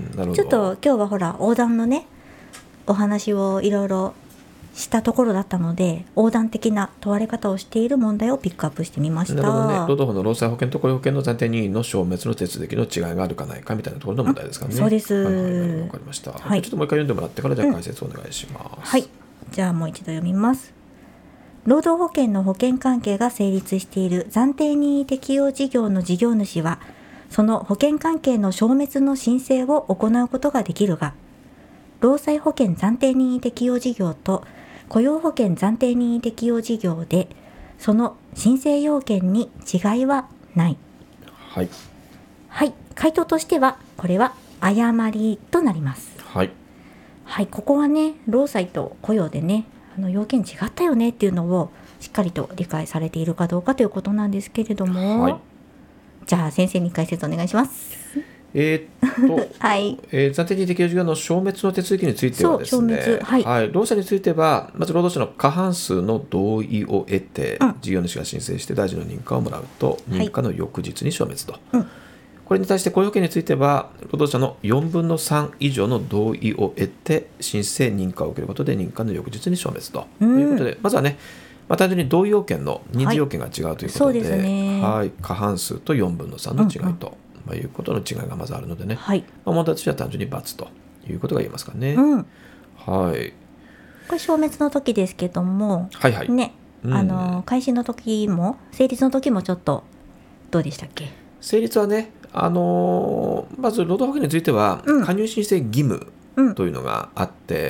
なるほど。ちょっと今日はほら横断のねお話をいろいろしたところだったので、横断的な問われ方をしている問題をピックアップしてみました。 なるほどね。労働法の労災保険と雇用保険の暫定任意の消滅の手続きの違いがあるかないかみたいなところの問題ですかね。 そうです。 はいはいはい、わかりました。はい、ちょっともう一回読んでもらってからじゃあ解説お願いします。 うん、はい。じゃあもう一度読みます。労働保険の保険関係が成立している暫定任意適用事業の事業主は、その保険関係の消滅の申請を行うことができるが、労災保険暫定任意適用事業と雇用保険暫定任意適用事業で、その申請要件に違いはない。 はい。 はい。回答としては、これは誤りとなります。 はい。 はい。ここはね、労災と雇用でね、あの要件違ったよねっていうのをしっかりと理解されているかどうかということなんですけれども、はい、じゃあ先生に解説お願いします。 えー、っと、 はいえー、暫定任意適用事業の消滅の手続きについてはですね、はいはい、労災についてはまず労働者の過半数の同意を得て、うん、事業主が申請して大臣の認可をもらうと、認可の翌日に消滅と、はい、うんこれに対して雇用保険については労働者のよんぶんのさん以上の同意を得て申請認可を受けることで認可の翌日に消滅ということで、うん、まずはね、まあ、単純に同意要件の人数要件が違うということで、はい、そうですね、はい、過半数とよんぶんのさんの違いと、うんうんまあ、いうことの違いがまずあるのでね、はいまあ、問題としては単純に×ということが言えますかね、うん、はいこれ消滅の時ですけども、 はいはいね、うん、あの開始の時も成立の時もちょっとどうでしたっけ。 成立はね、あのー、まず労働保険については加入申請義務というのがあって、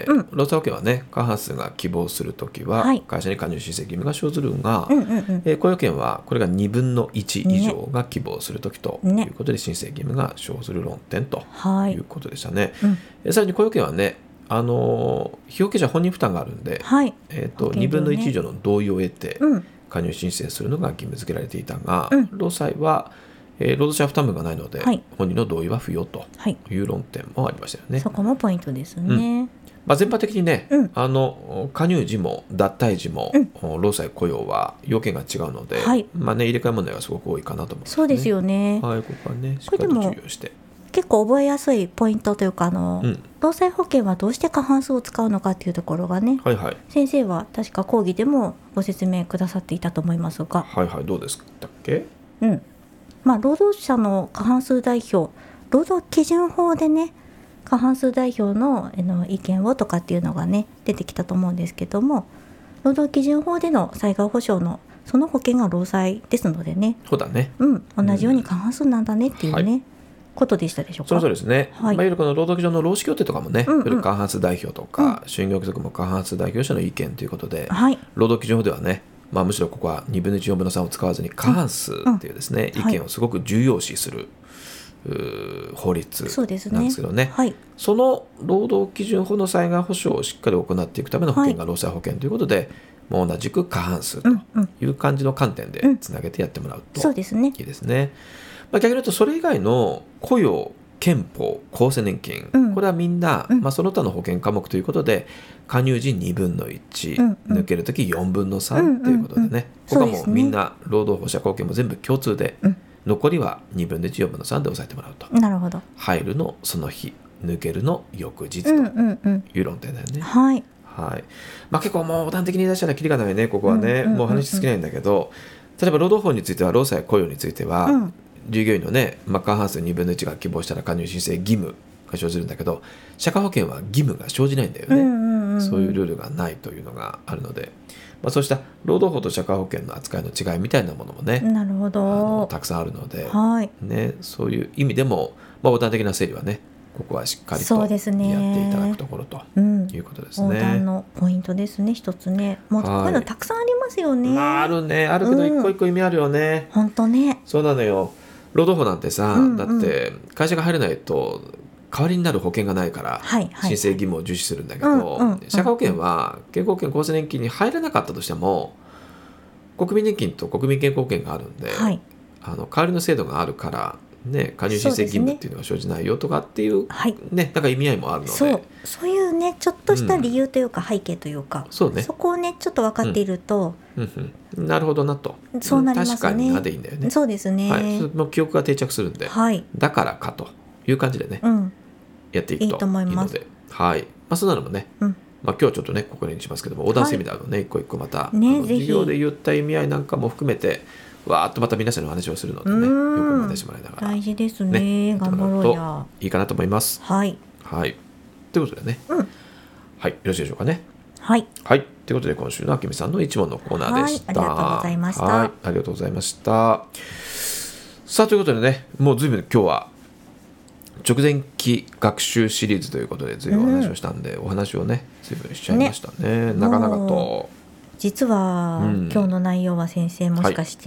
うん、労災保険はね過半数が希望するときは会社に加入申請義務が生ずるが、うんうんうんえー、雇用保険はこれがにぶんのいち以上が希望するときということで申請義務が生ずる論点ということでしたね、はいうん、さらに雇用保険はね、あのー、被保険者本人負担があるんで、はいえーとね、にぶんのいち以上の同意を得て加入申請するのが義務付けられていたが、うん、労災はえー、労働者負担分がないので、はい、本人の同意は不要という論点もありましたよね。 そこもポイントですね、 うんまあ、全般的にね、うん、あの加入時も脱退時も、うん、労災雇用は要件が違うので、はいまあね、入れ替え問題がすごく多いかなと思います、ね、 そうですよね、 はい、ここはねしっかりと注意をして結構覚えやすいポイントというかあの、うん、労災保険はどうして過半数を使うのかっていうところがね、はいはい、先生は確か講義でもご説明くださっていたと思いますがはいはいどうですったっけ。 うんまあ、労働者の過半数代表労働基準法でね過半数代表 の, の意見をとかっていうのがね出てきたと思うんですけども、労働基準法での災害保障のその保険が労災ですのでね、 そうだね、 うん、同じように過半数なんだねっていうね、うんはい、 ことでしたでしょうか。 その通りですね、 はい、 まあ、いわゆるこの労働基準の労使協定とかもね、 うんうん、 いわゆる過半数代表とか、うん、就業規則も過半数代表者の意見ということで、 はい、 労働基準法ではね、まあ、むしろここはにぶんのいち、よんぶんのさんを使わずに過半数っていうですね、うんうん、意見をすごく重要視する、はい、法律なんですけど ね, ね、はい、その労働基準法の災害保障をしっかり行っていくための保険が労災保険ということで、はい、もう同じく過半数という感じの観点でつなげてやってもらうといいですね。うん、ですね。まあ、逆に言うとそれ以外の雇用、憲法、厚生年金、うん、これはみんな、うんまあ、その他の保険科目ということで加入時にぶんのいち、うんうん、抜けるときよんぶんのさんということでね、うんうん、ここはもうみんな労働保障保険も全部共通で、うん、残りはにぶんのいち、よんぶんのさんで抑えてもらうと。 なるほど。 入るのその日、抜けるの翌日という論点だよね。 うんうんうん、はいはいまあ、結構もう横断的に言い出したらキリがないね、ここはね、うんうんうんうん、もう話し尽きないんだけど、例えば労働法については労災雇用については、うん、従業員のね、まあ、過半数にぶんのいちが希望したら加入申請義務が生じるんだけど、社会保険は義務が生じないんだよね、うんうんうん、そういうルールがないというのがあるので、まあ、そうした労働法と社会保険の扱いの違いみたいなものもね、 なるほど、 あのたくさんあるので、 はいね、そういう意味でも、まあ、横断的な整理はねここはしっかりとやっていただくところということですね。 横断のポイントですね、一つね。もうこういうのたくさんありますよね。 まあ、あるね、あるけど一個一個意味あるよね。 本当、うん、ね。 そうなのよ。労働法なんてさ、うんうん、だって会社が入れないと代わりになる保険がないから、はいはい、申請義務を重視するんだけど、うんうんうん、社会保険は健康保険、厚生年金に入らなかったとしても国民年金と国民健康保険があるんで、はい、あの代わりの制度があるからね、加入申請義務っていうのは生じないよとかっていう、 はいね、なんか意味合いもあるので、 そう、そういうねちょっとした理由というか背景というか、うん、そうね、そこをねちょっと分かっていると、 うんうん、なるほどなと、 そうなりますね。 確かになでいいんだよね。 そうですね、 はい、その記憶が定着するんで、はい、だからかという感じでね、うん、やっていくといいと思います。いいので、はい、まあ、そんなのもね、うん、まあ、今日ちょっとねここにしますけども、横断セミナーのね、はい、一個一個また、ね、授業で言った意味合いなんかも含めてわーっとまた皆さんの話をするのでね、よくまたしてもらいながら、 大事ですね、ね、頑張ろうや、 いいかなと思います。 はい、 はい、ということでね、うん、はい、よろしいでしょうかね。 はい、 はい、ということで今週のあけみさんの一問のコーナーでした。 はい、ありがとうございました。 はい、ありがとうございました。さあということでね、もうずいぶん今日は直前期学習シリーズということでずいぶんお話をしたんで、うん、お話をねずいぶんしちゃいましたね、ね、なかなかと。 実は、うん、今日の内容は先生もしかして、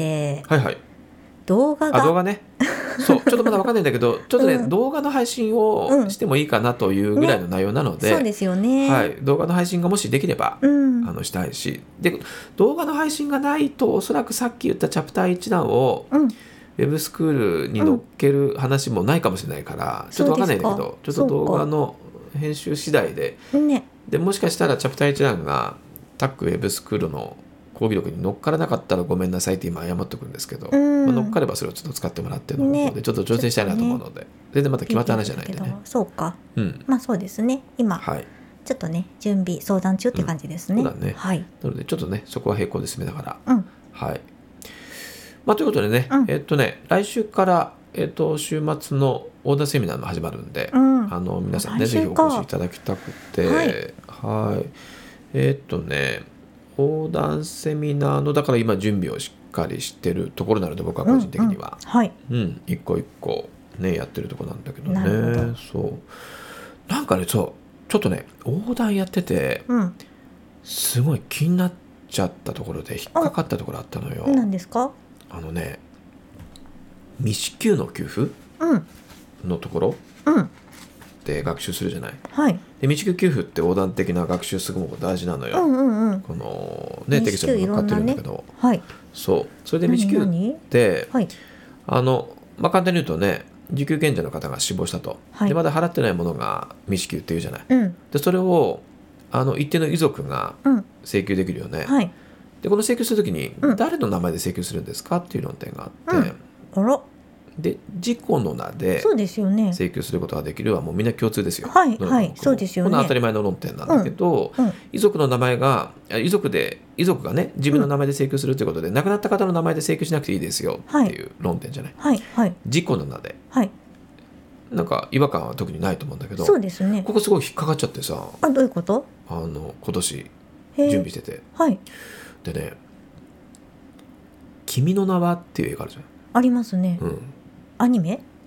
はい、はいはい動画があ動画ねそうちょっとまだ分かんないんだけどちょっとね、うん、動画の配信をしてもいいかなというぐらいの内容なので、 ね、そうですよね、 はい、動画の配信がもしできれば、うん、あのしたいし、で動画の配信がないとおそらくさっき言ったチャプターいちだんを、うん、ウェブスクールに載っける話もないかもしれないから、うん、ちょっと分かんないんだけどちょっと動画の編集次第で、ね、でもしかしたらチャプターいちだんがタックウェブスクールの講義録に乗っからなかったらごめんなさいって今謝っておくんですけど、うんまあ、乗っかればそれをちょっと使ってもらっての方でちょっと調整したいなと思うので、ね、全然また決まった話じゃないんでね。 そうか、うん、まあそうですね今、はい、ちょっとね準備相談中って感じですね、 うん、そうだね、 はい、 なのでちょっとねそこは並行で進めながら、 うんはいまあ、ということでね、うん、えっとね来週から、えっと、週末のオーダーセミナーも始まるんで、うん、あの皆さんねぜひお越しいただきたくて、はい、はいえっとね横断セミナーのだから今準備をしっかりしてるところなので僕は個人的には、 うんうんはいうん、一個一個ねやってるところなんだけどね。そうなんかねそうちょっとね横断やってて、うん、すごい気になっちゃったところで引っかかったところあったのよ。 何ですか？ あのね未支給の給付、うん、のところ、 うんで学習するじゃない、 はい、 で未支給給付って横断的な学習するのも大事なのよ、 うんうんうん、 このねテキストに載っかってるんだけど、 ねはい、 そうそれで未支給って、はい、あのまあ簡単に言うとね受給権者の方が死亡したと、はい、でまだ払ってないものが未支給っていうじゃない、うん、でそれをあの一定の遺族が請求できるよね、うんはい、でこの請求するときに誰の名前で請求するんですかっていう論点があって、 うん、あらで自己の名で請求することができるはもうみんな共通ですよ。 はいはいそうですよね。 この当たり前の論点なんだけど、うんうん、遺族の名前が遺族で遺族がね自分の名前で請求するということで、うん、亡くなった方の名前で請求しなくていいですよっていう論点じゃない。 はいはい、 自己の名で、 はい、 なんか違和感は特にないと思うんだけど、 そうですね。 ここすごい引っかかっちゃってさ。 あどういうこと？ あの今年準備してて、 はい、 でね君の名はっていう映画あるじゃん。 ありますね。 うん。 アニメ？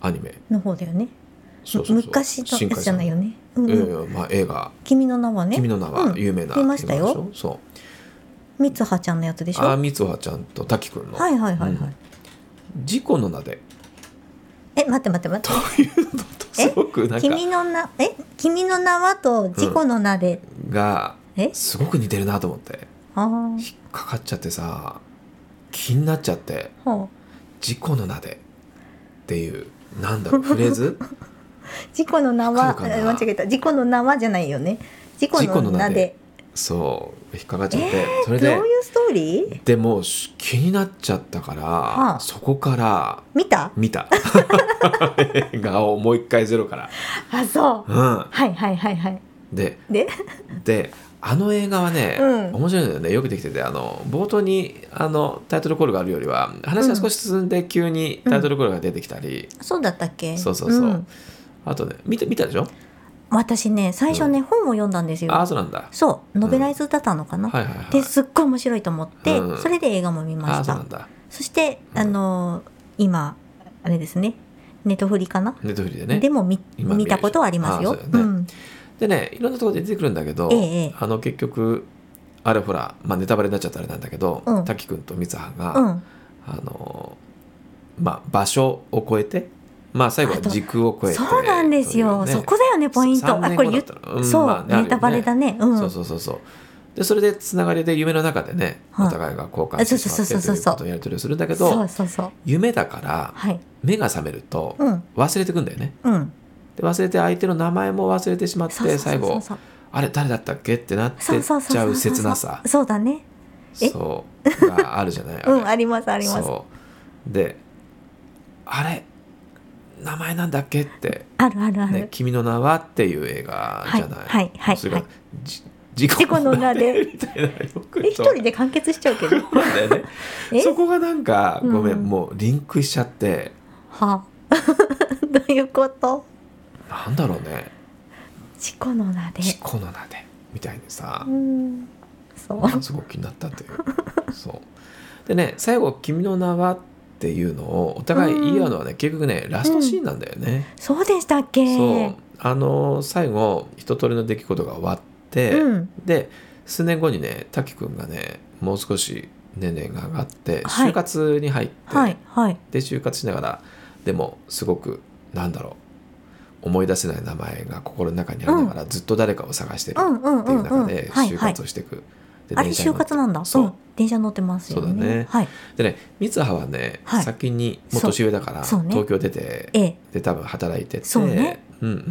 アニメの方だよね。 そうそうそう昔のやつじゃないよね。 うんうん、まあ、映画君の名はね。 君の名は有名な、 うん、見ましたよ。 そうみつはちゃんのやつでしょ。 あ、みつはちゃんと滝くんの、 はいはいはいはい、うん、 事故の名で、 え待って待って待ってというのとすごくなんか君の名え君の名はと事故の名で、 うん、がすごく似てるなと思って、 あ引っかかっちゃってさ、気になっちゃって、事故の名でっていうなんだろうフレーズ事故の名は間違えた、事故の名はじゃないよね、事故の名で、 そう引っかかっちゃって、 えー、 それでどういうストーリーでも気になっちゃったから、はあ、そこから見た見た映画をもう一回ゼロから、 あそう、 うん、 はいはいはいはい、 ででであの映画はね、うん、面白いんだよね、よくできてて、あの冒頭にあのタイトルコールがあるよりは話が少し進んで急にタイトルコールが出てきたり、 うん、そうだったっけ。 そうそうそう、うん、あとね見て見たでしょ。 私ね最初ね、うん、本を読んだんですよ。 あ、そうなんだ。 そうノベライズだったのかな、うん、はいはいはい、ですっごい面白いと思って、うん、それで映画も見ました。 あ、そうなんだ。 そして、うん、あの今あれですね、ネットフリかな、 ネットフリでね、 でも 見, 見たことはありますよ。 あ、ね、うん、でね、いろんなところで出てくるんだけど、ええ、あの結局あれほら、まあ、ネタバレになっちゃったあれなんだけど、うん、滝くんと三葉が、うん、あのまあ、場所を越えて、まあ、最後は時空を越えて、 そうなんですよ、ね、そこだよねポイント。あ、これ言っ、うん、そう、まあね、ネタバレだね、うん、 そうそうそうそう。でそれでつながりで夢の中でね、お互いが交換してしまってということをやり取りをするんだけど、 そうそうそう、 夢だから、はい、目が覚めると忘れてくんだよね、うん、で忘れて相手の名前も忘れてしまって、そうそうそうそう、最後あれ誰だったっけってなってっちゃう切なさ、 そうだね、 そうがあるじゃない。あうん、ありますあります。 そうで、あれ名前なんだっけって、 あるあるある、 ね、君の名はっていう映画じゃない。 はいはいそれが、 はい、 事故の名でみたいな、一人で完結しちゃうけどだよ、ね、そこがなんかごめん、うん、もうリンクしちゃって、 はあどういうこと、 なんだろうね、 事故の名で事故の名でみたいにさ、 うん、そうすごく気になったっていうそうでね、最後君の名はっていうのをお互い言い合うのはね、うん、結局ねラストシーンなんだよね、 うん、そうでしたっけ。 そうあの最後一通りの出来事が終わって、うん、で数年後にね滝くんがねもう少し年齢が上がって就活に入って、 はいはいはい、 で就活しながらでもすごくなんだろう思い出せない名前が心の中にありながら、うん、ずっと誰かを探してるっていう中で就活をしていく。 あれ就活なんだ。そう、うん、電車乗ってますよね。 そうだね、 はい、 でね三葉はね、はい、先にもう年上だから、ね、東京出て、ええ、で多分働いてて、 そうね、 うんうんうん、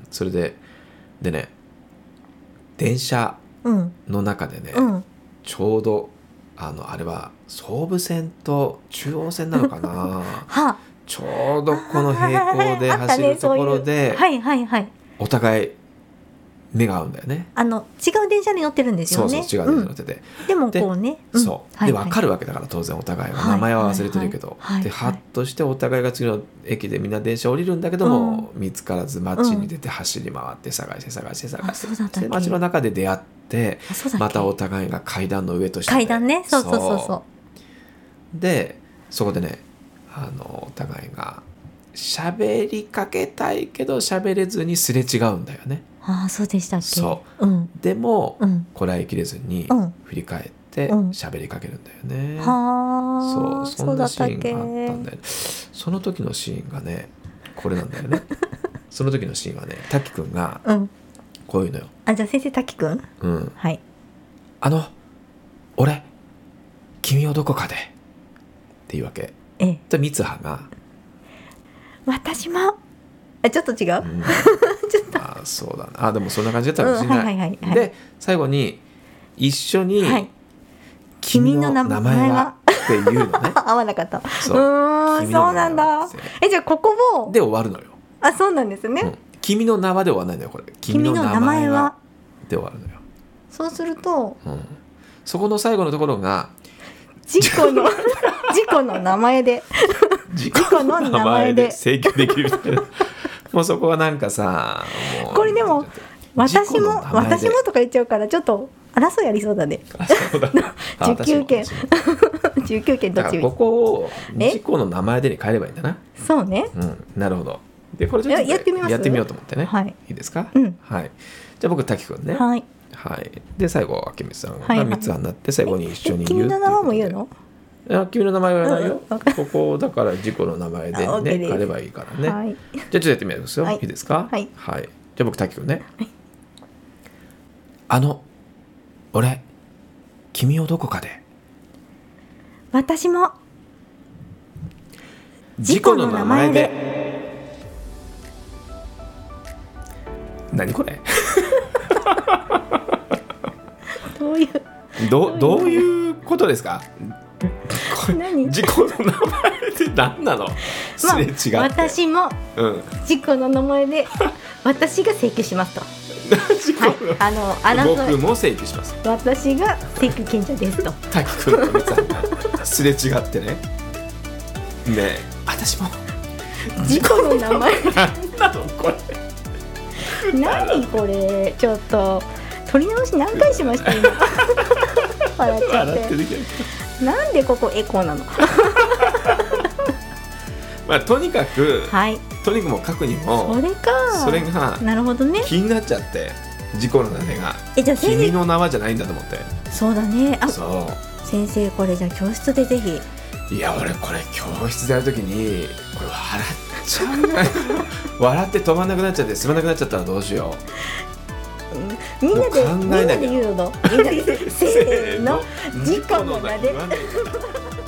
それででね電車の中でね、うん、ちょうどあのあれは総武線と中央線なのかなはちょうどこの平行で走るところで、 ね、はいはいはい、 お互い目が合うんだよね。 あの違う電車に乗ってるんですよね。 そうそう違う電車に乗ってて、 うん、でもこうね、 うん、そうで分かるわけだから当然お互いは名前は忘れてるけど、はいはいはい、でハッとしてお互いが次の駅でみんな電車降りるんだけども、うん、見つからず街に出て走り回って探して探して探して、で街の中で出会ってまたお互いが階段の上として階段ね、そうそうそうそうでそこでねあのお互いが喋りかけたいけど喋れずにすれ違うんだよね。 ああそうでしたっけ。 そう、うん、でも、うん、こらえきれずに振り返って喋りかけるんだよね、うん、 はあそうそんなシーンがあったんだよね。その時のシーンがねこれなんだよねその時のシーンはね滝くんがこういうのよ、 うん、あじゃあ先生滝くん、 うん、 はいあの俺君をどこかでっていうわけ、 ええ、 で三葉が私もあちょっと違う、うん、ちょっとあそうだね、あでもそんな感じだったかもしれない、 うんはいはいはいはい、 で最後に一緒に、はい、君の名前はっていうのね合わなかった。そううんそうなんだ。えじゃあここもで終わるのよ。 あそうなんですね、うん、 君の名はで終わらないのよこれ。君の名前はで終わるのよ。 そうすると、 うん、そこの最後のところが事故の事故の名前で事故の名前で請求できるみたいなもうそこはなんかさもうこれでも私も私もとか言っちゃうからちょっと争いありそうだね。 あそうだ受給権じゅうきゅうけんどっちここを事故の名前でに変えればいいんだな。 そうね、 うん、なるほど。でこれちょっとやってみます？ やってみようと思ってね、 はい、 いいですか、 うん、 はい、じゃあ僕滝くんね、 はい、 はい、で最後明美さんがみっつになって最後に一緒に言う。 君の名前も言うの？ いや君の名前は言わないよ、 うん、 ここだから事故の名前でね変えればいいからね、はい、じゃあちょっとやってみますよ、はい、いいですか、 はい、 はい、じゃあ僕滝くんね、はい、あの俺君をどこかで私も事故の名前で何これどういうどどういうことですか？ 何？ 事故の名前って何なの？すれ違って、 まあ、私も事故の名前で私が請求しますとはい、あの争い僕も請求します。 私が請求権者ですと滝くんとみつさんがすれ違ってねねえ私も事故の名前何なのこれ何これちょっと取り直し何回しました今笑っちゃってなんでここエコーなのまあとにかく、 はい、 とにかくも書くにもそれかそれがなるほどね気になっちゃって事故の名前がえじゃあ君の名はじゃないんだと思ってそうだねあそう先生これじゃあ教室でぜひいや俺これ教室でやるときにこれ笑っちゃうぐらい笑って止まんなくなっちゃってすまなくなっちゃったらどうしようみんなでみんなで言うのみんなでせーの事故の名で